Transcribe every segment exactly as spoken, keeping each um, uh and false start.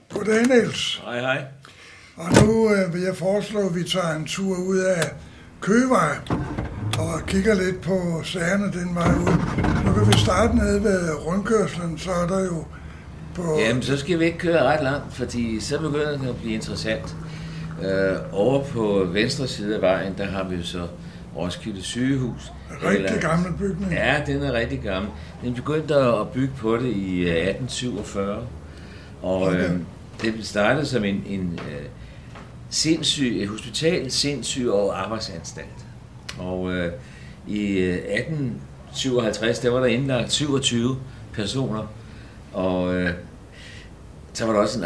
Goddag, Niels. Hej, hej. Og nu øh, vil jeg foreslå, at vi tager en tur ud af Køgevej og kigger lidt på sagerne den vej ud. Nu kan vi starte nede ved rundkørslen, så er der jo på... Jamen, så skal vi ikke køre ret langt, fordi så begynder det at blive interessant. Øh, over på venstre side af vejen, der har vi jo så Roskilde Sygehus. Rigtig eller, gammel bygning. Ja, den er rigtig gammel. Den begyndte at bygge på det i atten syvogfyrre. Og okay. øh, det startede som en, en øh, sindssyg, et hospital, sindssyg og arbejdsanstalt. Og øh, i atten syvoghalvtreds, der var der indlagt syvogtyve personer, og øh, så var der også en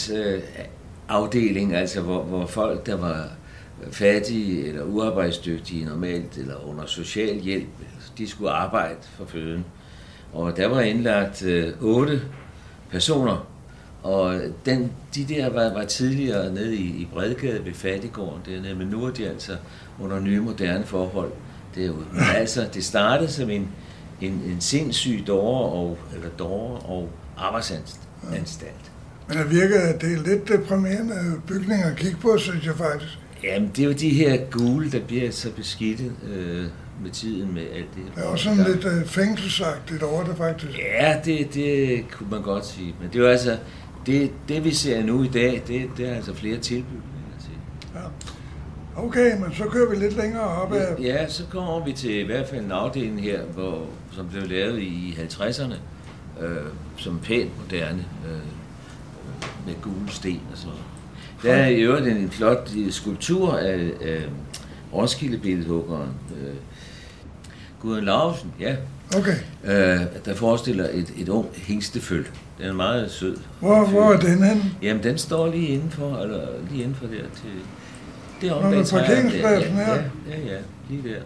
arbejdsafdeling, øh, altså hvor, hvor folk, der var fattige eller uarbejdsdygtige normalt, eller under social hjælp, de skulle arbejde for føden. Og der var indlagt øh, otte personer, og den, de der var, var tidligere nede i, i Bredgade ved Fattiggården dernede, men nu er de altså under nye moderne forhold derude. Men altså, det startede som en, en, en sindssyg dårer og, eller dårer og arbejdsanstalt. Men det virker, det er lidt deprimerende bygninger at kigge på, synes jeg faktisk. Jamen, det er jo de her gule, der bliver så beskidte øh, med tiden med alt det. Det er også sådan lidt øh, fængselsagtigt over det faktisk. Ja, det, det kunne man godt sige. Men det er jo altså, det, det vi ser nu i dag, det, det er altså flere tilbygninger til. Ja. Okay, men så kører vi lidt længere op af... Ja, så kommer vi til i hvert fald en afdeling her, hvor, som blev lavet i halvtredserne, øh, som pænt moderne, øh, med gule sten og sådan noget. Der er i øvrigt en flot skulptur af, af Roskilde-billedhuggeren, øh, Guden Lausen, ja. Okay. Øh, der forestiller et, et ung hingsteføl. Den er meget sød. Hvor, hvor er den henne? Jamen, den står lige indenfor, eller lige indenfor der til... Det er om bag parkeringspladsen her? Ja, ja, ja, lige der.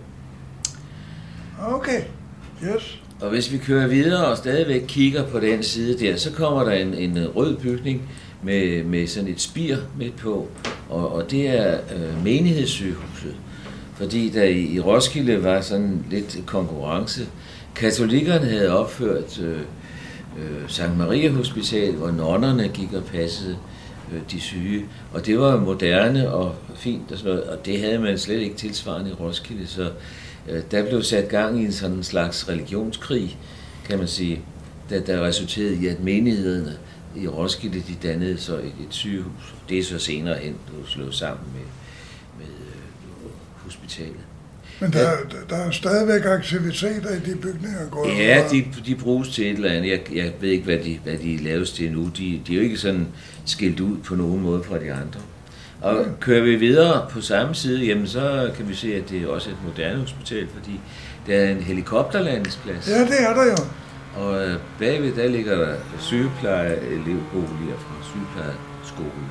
Okay, yes. Og hvis vi kører videre og stadigvæk kigger på den side der, så kommer der en, en rød bygning med, med sådan et spir midt på, og, og det er øh, menighedssygehuset. Fordi der i, i Roskilde var sådan lidt konkurrence. Katolikkerne havde opført øh, øh, Sankt Maria Hospital, hvor nonnerne gik og passede øh, de syge. Og det var moderne og fint og sådan noget, og det havde man slet ikke tilsvarende i Roskilde. Så øh, der blev sat gang i en sådan en slags religionskrig, kan man sige, der, der resulterede i, at menighederne i Roskilde, de dannede så et, et sygehus. Det er så senere hen slået sammen med, med øh, hospitalet. Men der, ja. der, der er stadigvæk aktiviteter i de bygninger? Går ja, de, de bruges til et eller andet. Jeg, jeg ved ikke, hvad de, hvad de laves til nu. De, de er jo ikke sådan skilt ud på nogen måde fra de andre. Og ja. Kører vi videre på samme side, jamen så kan vi se, at det er også et moderne hospital, fordi der er en helikopterlandingsplads. Ja, det er der jo. Og bagved, der ligger der sygepleje-elevboliger fra sygeplejeskolen.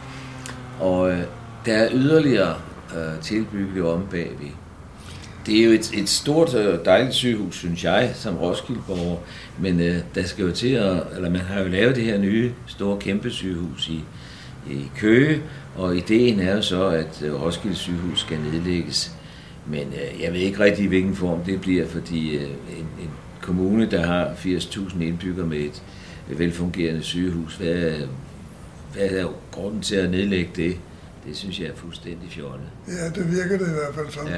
Og øh, der er yderligere øh, tilbygget om bagved. Det er jo et, et stort og dejligt sygehus, synes jeg, som Roskildeborger. Men øh, der skal jo til at, eller man har jo lavet det her nye, store, kæmpe sygehus i, i Køge. Og ideen er jo så, at øh, Roskilde sygehus skal nedlægges. Men øh, jeg ved ikke rigtig, hvilken form det bliver, fordi øh, en, en kommune, der har firs tusind indbyggere med et velfungerende sygehus, hvad er, hvad er grunden til at nedlægge det? Det synes jeg er fuldstændig fjollet. Ja, det virker det i hvert fald sådan. Ja.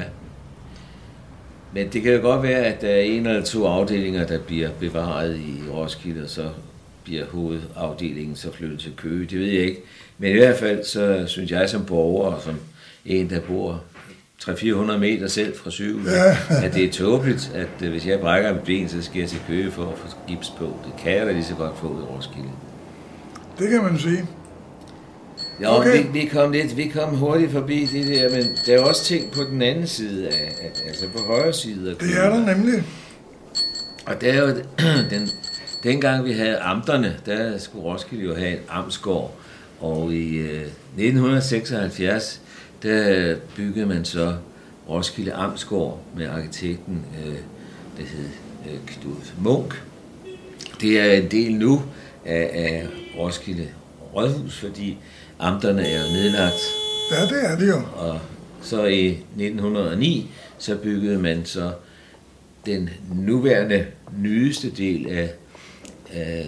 Men det kan jo godt være, at der er en eller to afdelinger, der bliver bevaret i Roskilde, og så bliver hovedafdelingen så flyttet til Køge. Det ved jeg ikke. Men i hvert fald, så synes jeg som borger, og som en, der bor tre til fire hundrede meter selv fra sygehuset, ja. At det er tåbeligt, at hvis jeg brækker mit ben, så skal jeg til Køge for at få gips på. Det kan jeg da lige så godt få ud af Roskilde. Det kan man sige. Ja, okay. vi, vi, kom lidt, vi kom hurtigt forbi det der, men der er også ting på den anden side af, altså på højre side af Køge. Det er der nemlig. Og der er jo, den, dengang vi havde amterne, der skulle Roskilde jo have en amtsgård, og i øh, nitten seksoghalvfjerds, der byggede man så Roskilde Amtsgård med arkitekten, øh, der hed øh, Knud Munk. Det er en del nu af, af Roskilde Rådhus, fordi amterne er jo nedlagt. Ja, det er det jo. Og så i nitten hundrede og ni, så byggede man så den nuværende nyeste del af, af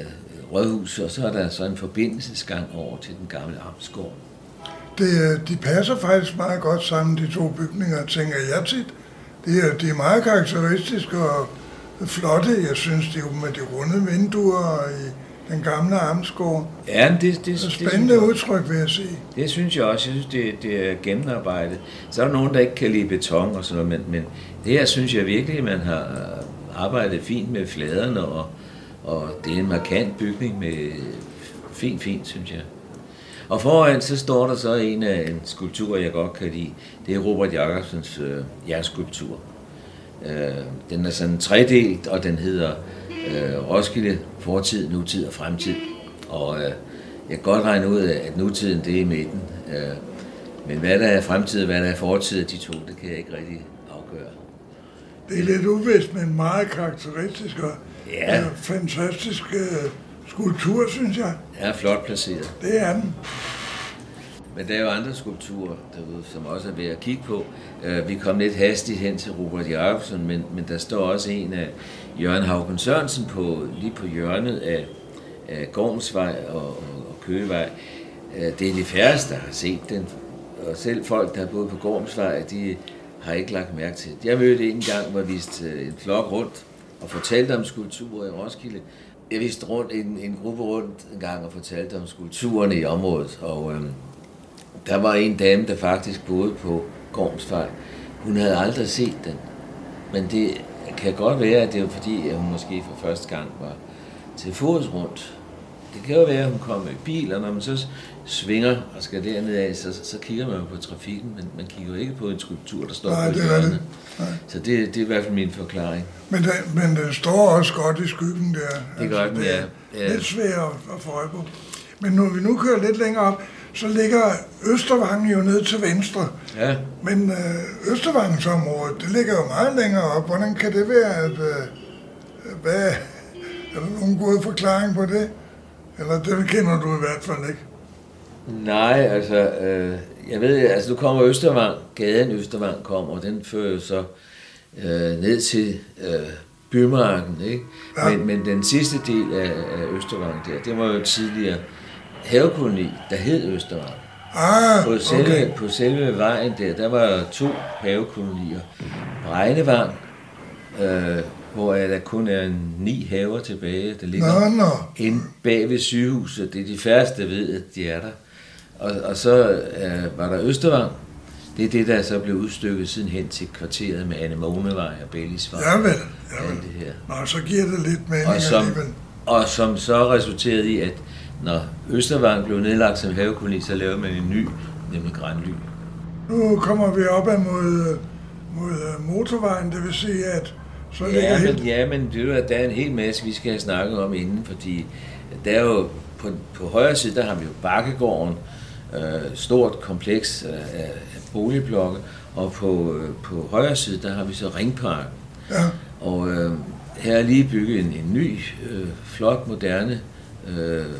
rådhus, og så er der så en forbindelsesgang over til den gamle amtsgård. Det, de passer faktisk meget godt sammen, de to bygninger, tænker jeg tit. De er, de er meget karakteristiske og flotte. Jeg synes, de er med de runde vinduer i den gamle amtsgård. Ja, det, det, det spændende det, udtryk, vil jeg sige. Det synes jeg også. Jeg synes, det, det er gennemarbejdet. Så er der nogen, der ikke kan lide beton og sådan noget, men, men det her synes jeg virkelig, man har arbejdet fint med fladerne, og, og det er en markant bygning med fint, fint, synes jeg. Og foran så står der så en af en skulptur, jeg godt kan lide. Det er Robert Jacobsens øh, jernskulptur. Øh, den er sådan tredelt, og den hedder øh, Roskilde, fortid, nutid og fremtid. Og øh, jeg kan godt regne ud af, at nutiden det er i midten. Øh, men hvad der er fremtid og hvad der er fortid af de to, det kan jeg ikke rigtig afgøre. Det er lidt uvist, men meget karakteristisk og ja. øh, fantastisk øh, skulptur, synes jeg. Ja, flot placeret. Det er den. Men der er jo andre skulpturer derude, som også er ved at kigge på. Vi kom lidt hastigt hen til Robert Jacobsen, men, men der står også en af Jørgen Haugen Sørensen på, lige på hjørnet af, af Gormsvej og, og, og Køgevej. Det er de færreste, der har set den. Og selv folk, der har boet på Gormsvej, de har ikke lagt mærke til det. Jeg mødte en gang, hvor jeg viste en flok rundt og fortalte om skulpturer i Roskilde. Jeg viste rundt en, en gruppe rundt en gang og fortalte om skulpturerne i området, og øhm, der var en dame, der faktisk boede på Gormsvej. Hun havde aldrig set den, men det kan godt være, at det var fordi, at hun måske for første gang var til fods rundt. Det kan jo være, at hun kom med bil, og når man så svinger og skal derned af, så, så kigger man på trafikken, men man kigger jo ikke på en skulptur, der står Nej, på hjørnet. Så det, det er i hvert fald min forklaring. Men den, men den står også godt i skyggen der. Det gør altså, den, ja. Det er lidt svært at få øje på. Men når vi nu kører lidt længere op, så ligger Østervangen jo ned til venstre. Ja. Men øh, Østervangensområdet, det ligger jo meget længere op. Hvordan kan det være, at øh, hvad, er der nogen god forklaring på det? Eller det kender du i hvert fald ikke? Nej, altså, øh, jeg ved, altså nu kommer Østervang, gaden Østervang kommer, og den fører jo så øh, ned til øh, Bymarken, ikke? Ja. Men, men den sidste del af, af Østervang der, det var jo tidligere havekoloni, der hed Østervang. Ah, på, selve, okay. på selve vejen der, der var to havekolonier. Bregnevang, øh, hvor der kun er ni haver tilbage, der ligger nå, nå. inde bag ved sygehuset. Det er de færreste, der ved, at de er der. Og, og så øh, var der Østervang. Det er det, der så blev udstykket siden hen til kvarteret med Anemonevej og Bellisvej. Ja vel, ja vel. Det her. Nå, så giver det lidt mening og som, alligevel. Og som så resulterede i, at når Østervang blev nedlagt som havekoloni, så lavede man en ny, nemlig Granly. Nu kommer vi op ad mod, mod motorvejen, det vil sige, at så ligger ja, helt... men, ja, men det er, der er en hel masse, vi skal have snakket om inden, fordi der er jo på, på højre side, der har vi jo Bakkegården, øh, stort kompleks af, af boligblokke, og på, øh, på højre side, der har vi så Ringparken. Ja. Og øh, her er lige bygget en, en ny, øh, flot, moderne øh, øh,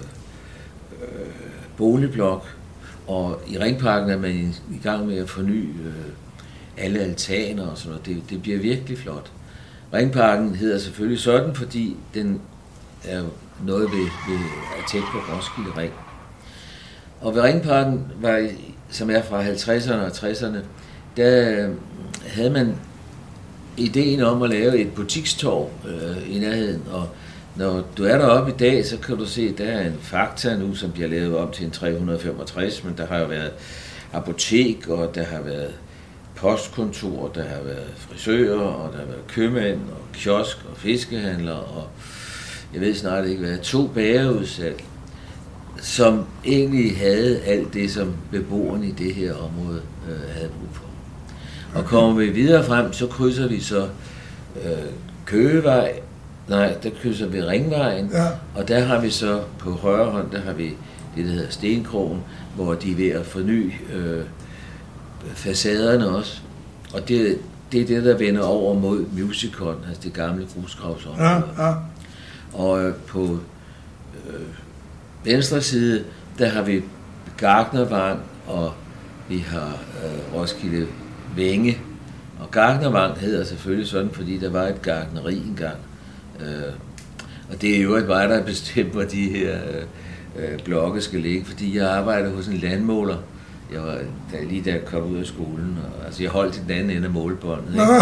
boligblok, og i Ringparken er man i, i gang med at forny øh, alle altaner og sådan noget. Det, det bliver virkelig flot. Ringparken hedder selvfølgelig sådan, fordi den er noget ved, ved at tæt på Roskilde Ring. Og ved Ringparken, var, som er fra halvtredserne og tresserne, der havde man ideen om at lave et butikstorv øh, i nærheden, og når du er deroppe i dag, så kan du se, at der er en Fakta nu, som bliver lavet om til en tre hundrede og femogtres, men der har jo været apotek, og der har været postkontor, der har været frisører, og der har været købmænd, og kiosk, og fiskehandler, og jeg ved snart ikke hvad, to bagerudsalg, som egentlig havde alt det, som beboerne i det her område øh, havde brug for. Og kommer vi videre frem, så krydser vi så øh, Køgevej, nej, der krydser vi Ringvejen, ja. Og der har vi så på højre hånd, der har vi det, der hedder Stenkrogen, hvor de er ved at forny øh, facaderne også. Og det, det er det, der vender over mod Musicon, altså det gamle grusgravsområde. Ja, ja. Og øh, på øh, venstre side, der har vi Gartnervang, og vi har øh, Roskilde Vænge. Og Gartnervang hedder selvfølgelig sådan, fordi der var et gartneri engang. Øh, Og det er jo ikke mig, der har bestemt, hvor de her øh, blokke skal ligge, fordi jeg arbejder hos en landmåler. Jeg var da, lige da jeg kom ud af skolen, og, altså jeg holdt i den anden ende af målebåndet. Ikke?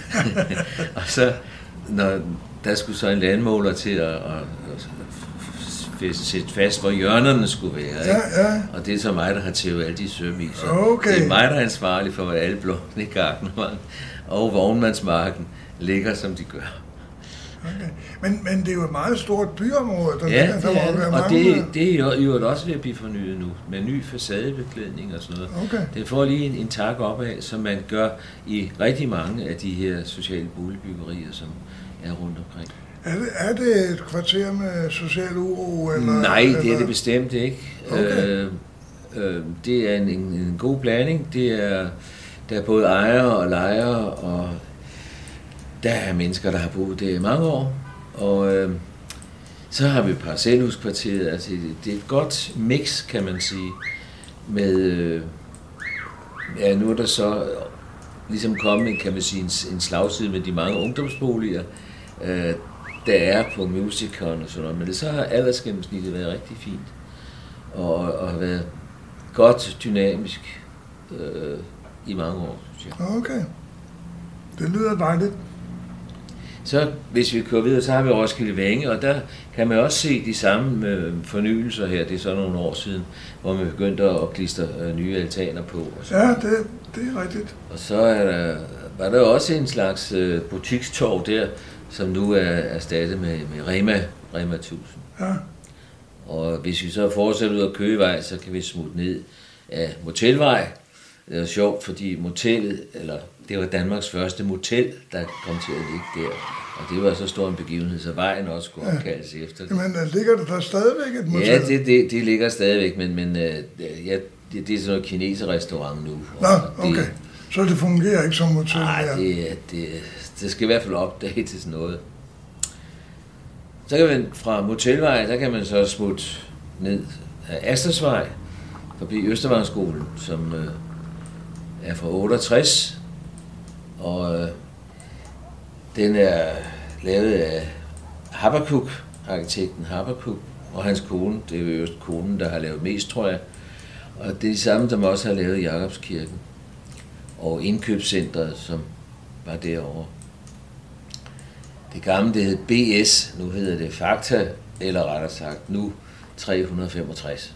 Og så, når der skulle så en landmåler til at, at, at sætte fast, hvor hjørnerne skulle være. Ikke? Ja, ja. Og det er så mig, der har tævet alle de søm i. Så okay. Det er mig, der er ansvarlig for, at alle blokkene i Gartnermark og Vognmandsmarken ligger, som de gør. Okay. Men, men det er jo et meget stort byområde. Der ja, der, der det er det. Og mange... det, det er jo også ved at blive fornyet nu, med ny facadebeklædning og sådan noget. Okay. Det får lige en, en tak opad, som man gør i rigtig mange af de her sociale boligbyggerier, som er rundt omkring. Er det, er det et kvarter med social uro? Eller, Nej, det eller? er det bestemt ikke. Okay. Øh, øh, det er en, en, en god blanding. Det er, der er både ejere og lejere, og der er mennesker, der har boet der i mange år. Og øh, så har vi parcelhuskvarteret. Altså, det, det er et godt mix, kan man sige, med... Øh, ja, nu er der så ligesom kommet, kan man sige, en, en slagside med de mange ungdomsboliger, øh, der er på Musicon og sådan noget. Men det så har aldersgennemsnittet været rigtig fint, og, og har været godt dynamisk øh, i mange år, synes jeg. Okay. Det lyder dejligt. Så hvis vi kører videre, så har vi Roskilde Vænge, og der kan man også se de samme øh, fornyelser her. Det er så nogle år siden, hvor man begyndte at klistre øh, nye altaner på. Og så. Ja, det, det er rigtigt. Og så er der, var der også en slags øh, butikstorv der, som nu er erstattet med, med Rema, Rema tusind. Ja. Og hvis vi så fortsætter ud af Køgevej, så kan vi smutte ned af Motelvej. Det er sjovt, fordi motellet, eller det var Danmarks første motel, der kom til at ligge der. Og det var så stor en begivenhed, så vejen også skulle opkaldes ja. efter det. Men ligger det der stadigvæk et motel? Ja, det, det, det ligger stadigvæk, men, men ja, det, det er sådan noget kineserrestaurant nu. Nå, okay. Det, så det fungerer ikke som motel? Nej, det, det, det skal i hvert fald opdage til sådan noget. Så kan man fra Motelvej, der kan man så smutte ned af Astersvej, forbi Østervangskolen, som øh, er fra otteogtres, og øh, den er lavet af Habakkuk, arkitekten Habakkuk, og hans kone. Det er jo just konen, der har lavet mest, tror jeg. Og det er de samme, som også har lavet Jakobskirken og indkøbscentret, som var derovre. Det gamle, det hed B S, nu hedder det Fakta, eller rettere sagt nu tre hundrede og femogtres.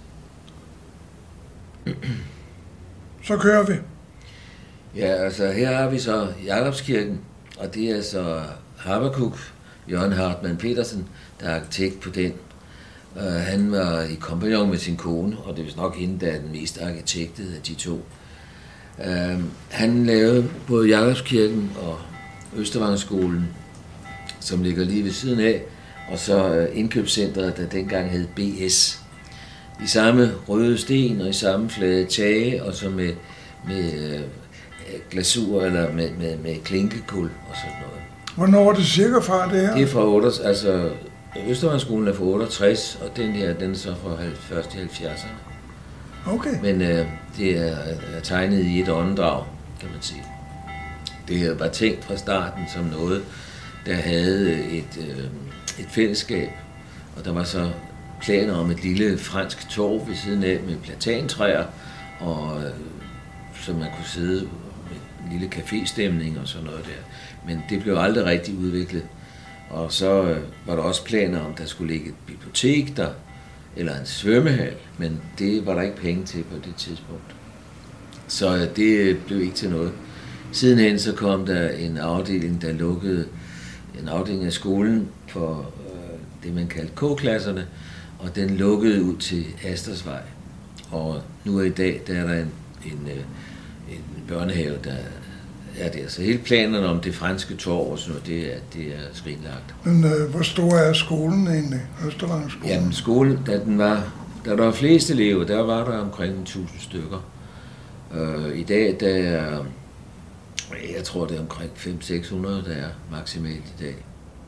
Så kører vi. Ja, altså her har vi så Jakobskirken, og det er så Habakkuk, Jørgen Hartmann Petersen, der er arkitekt på den. Uh, han var i kompagnon med sin kone, og det er vist nok hende, der er den mest arkitektede af de to. Uh, han lavede både Jakobskirken og Østervangskolen, som ligger lige ved siden af, og så uh, indkøbscentret, der dengang hed B S. I samme røde sten og i samme flade tage, og så med, med uh, glasur eller med, med, med klinkekul og sådan noget. Hvornår er det cirka fra det her? Det er fra otteogtres, altså Østervangskolen er fra otteogtres, og den her, den er så fra først i halvfjerdserne. Okay. Men øh, det er, er tegnet i et åndedrag, kan man sige. Det var tænkt fra starten som noget, der havde et, øh, et fællesskab, og der var så planer om et lille fransk torv ved siden af med platantræer, og øh, så man kunne sidde med en lille caféstemning og sådan noget der. Men det blev aldrig rigtig udviklet. Og så øh, var der også planer om, der skulle ligge et bibliotek der, eller en svømmehal, men det var der ikke penge til på det tidspunkt. Så øh, det blev ikke til noget. Sidenhen så kom der en afdeling, der lukkede, en afdeling af skolen for øh, det, man kaldte K-klasserne, og den lukkede ud til Astersvej. Og nu i dag, der er der en, en, en børnehave, der er der. Så hele planerne om det franske torv og sådan noget, det er, det er skrinlagt. Men øh, hvor stor er skolen egentlig, Østervangskolen? Jamen skolen, da, den var, da der var flest elever, der var der omkring tusind stykker. Øh, I dag, der er, jeg tror det er omkring fem til seks hundrede, der er maksimalt i dag.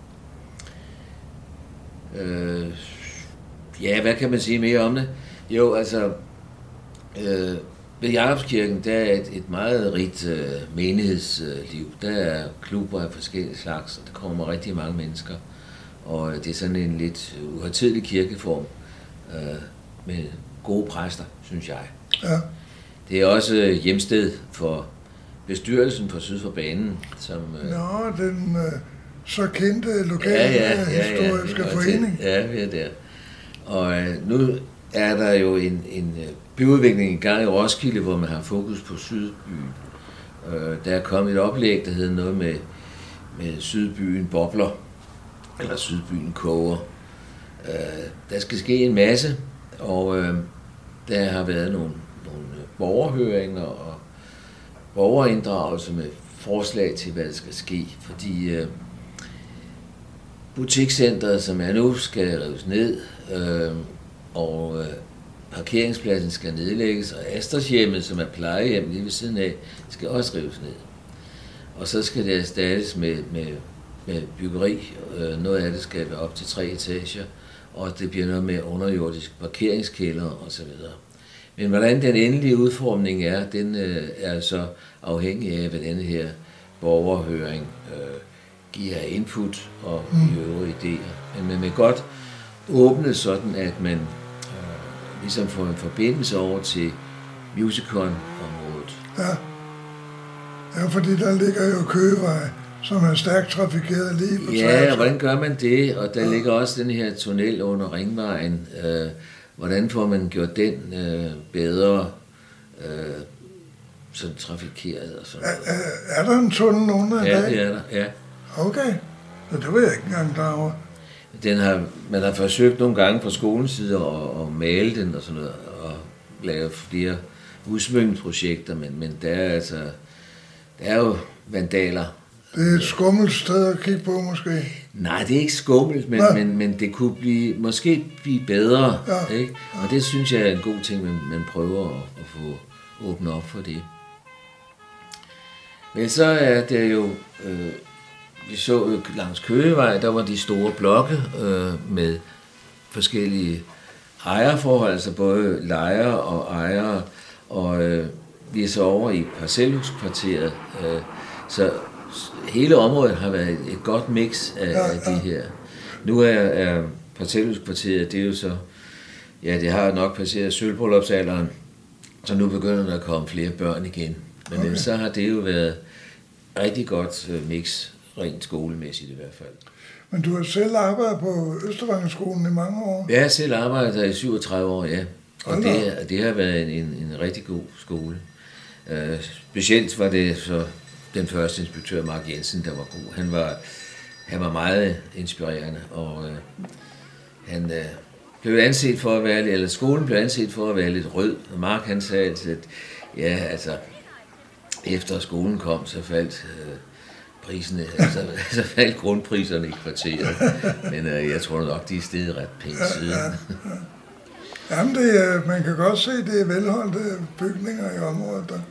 Øh, ja, hvad kan man sige mere om det? Jo, altså, øh, ved Jakobskirken, der er et, et meget rigt øh, menighedsliv. Der er klubber af forskellige slags, og der kommer rigtig mange mennesker. og det er sådan en lidt uhøjtidelig kirkeform øh, med gode præster, synes jeg. Ja. Det er også hjemsted for bestyrelsen for Syd for Banen, som... Øh, Nå, den øh, så kendte lokale ja, ja, ja, historiske ja, forening. Ja, vi er der. Og øh, nu er der jo en, en byudvikling i gang i Roskilde, hvor man har fokus på Sydbyen. Øh, der er kommet et oplæg, der hedder noget med, med Sydbyen bobler, eller Sydbyen koger. Øh, der skal ske en masse, og øh, der har været nogle, nogle borgerhøringer og borgerinddragelse med forslag til, hvad der skal ske, fordi øh, butikscenteret, som er nu, skal rives ned, øh, og øh, parkeringspladsen skal nedlægges, og Astershjemmet, som er plejehjem lige ved siden af, skal også rives ned. Og så skal det erstattes med, med, med byggeri. Øh, noget af det skal være op til tre etager, og det bliver noget med underjordisk parkeringskælder osv. Men hvordan den endelige udformning er, den øh, er så afhængig af, hvad denne her borgerhøring øh, giver input og mm. øvrige idéer. Men man vil godt åbne sådan, at man øh, ligesom får en forbindelse over til musicon-området. Ja. Ja, fordi der ligger jo Køgevej, som er stærkt trafikeret lige på Ja, og hvordan gør man det? Og der ja. ligger også den her tunnel under Ringvejen. Øh, hvordan får man gjort den øh, bedre øh, sådan trafikeret og sådan er, er, er der en tunnel under i ja, dag? Ja, det er der, ja. Okay, så det var jeg ikke engang klar over. Den har, man har forsøgt nogle gange fra skolens side at, at male den og sådan noget, og lave flere udsmykningsprojekter, men, men der er altså, der er jo vandaler. Det er et skummelt sted at kigge på, måske? Nej, det er ikke skummelt, men, men, men det kunne blive, måske blive bedre. Ja. Ikke? Og det synes jeg er en god ting, man, man prøver at, at få åbnet op for det. Men så er det jo, øh, vi så langs Køgevej, der var de store blokke øh, med forskellige ejerforhold, altså både lejere og ejere, og øh, vi er så over i parcelhuskvarteret, øh, så hele området har været et godt mix af, ja, ja. af de her. Nu er, er parcelhuskvarteret, det er jo så, ja, det har nok passeret sølvbryllupsalderen, så nu begynder der at komme flere børn igen. Men okay. så har det jo været rigtig godt mix, rent skolemæssigt i hvert fald. Men du har selv arbejdet på Østervangerskolen i mange år? Jeg har selv arbejdet der i syvogtredive år, ja. Og det, det har været en, en, en rigtig god skole. Uh, specielt var det så den første inspektør, Mark Jensen, der var god. Han var, han var meget inspirerende, og uh, han uh, blev anset for at være, eller skolen blev anset for at være lidt rød. Og Mark, han sagde altid, at ja, altså, efter skolen kom, så faldt uh, priserne, altså, så faldt grundpriserne i kvarteret. Men uh, jeg tror nok, de er steget ret pænt siden. Ja, ja, ja. Jamen, det er, man kan godt se, det er velholdte bygninger i området der.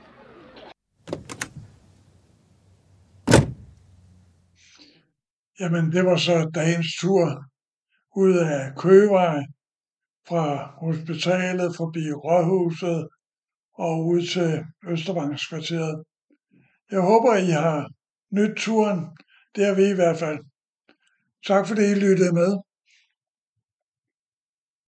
Jamen, det var så dagens tur ud af Køgevej, fra hospitalet, forbi Rådhuset og ud til Østervangskvarteret. Jeg håber, I har nydt turen. Det har vi i hvert fald. Tak fordi I lyttede med.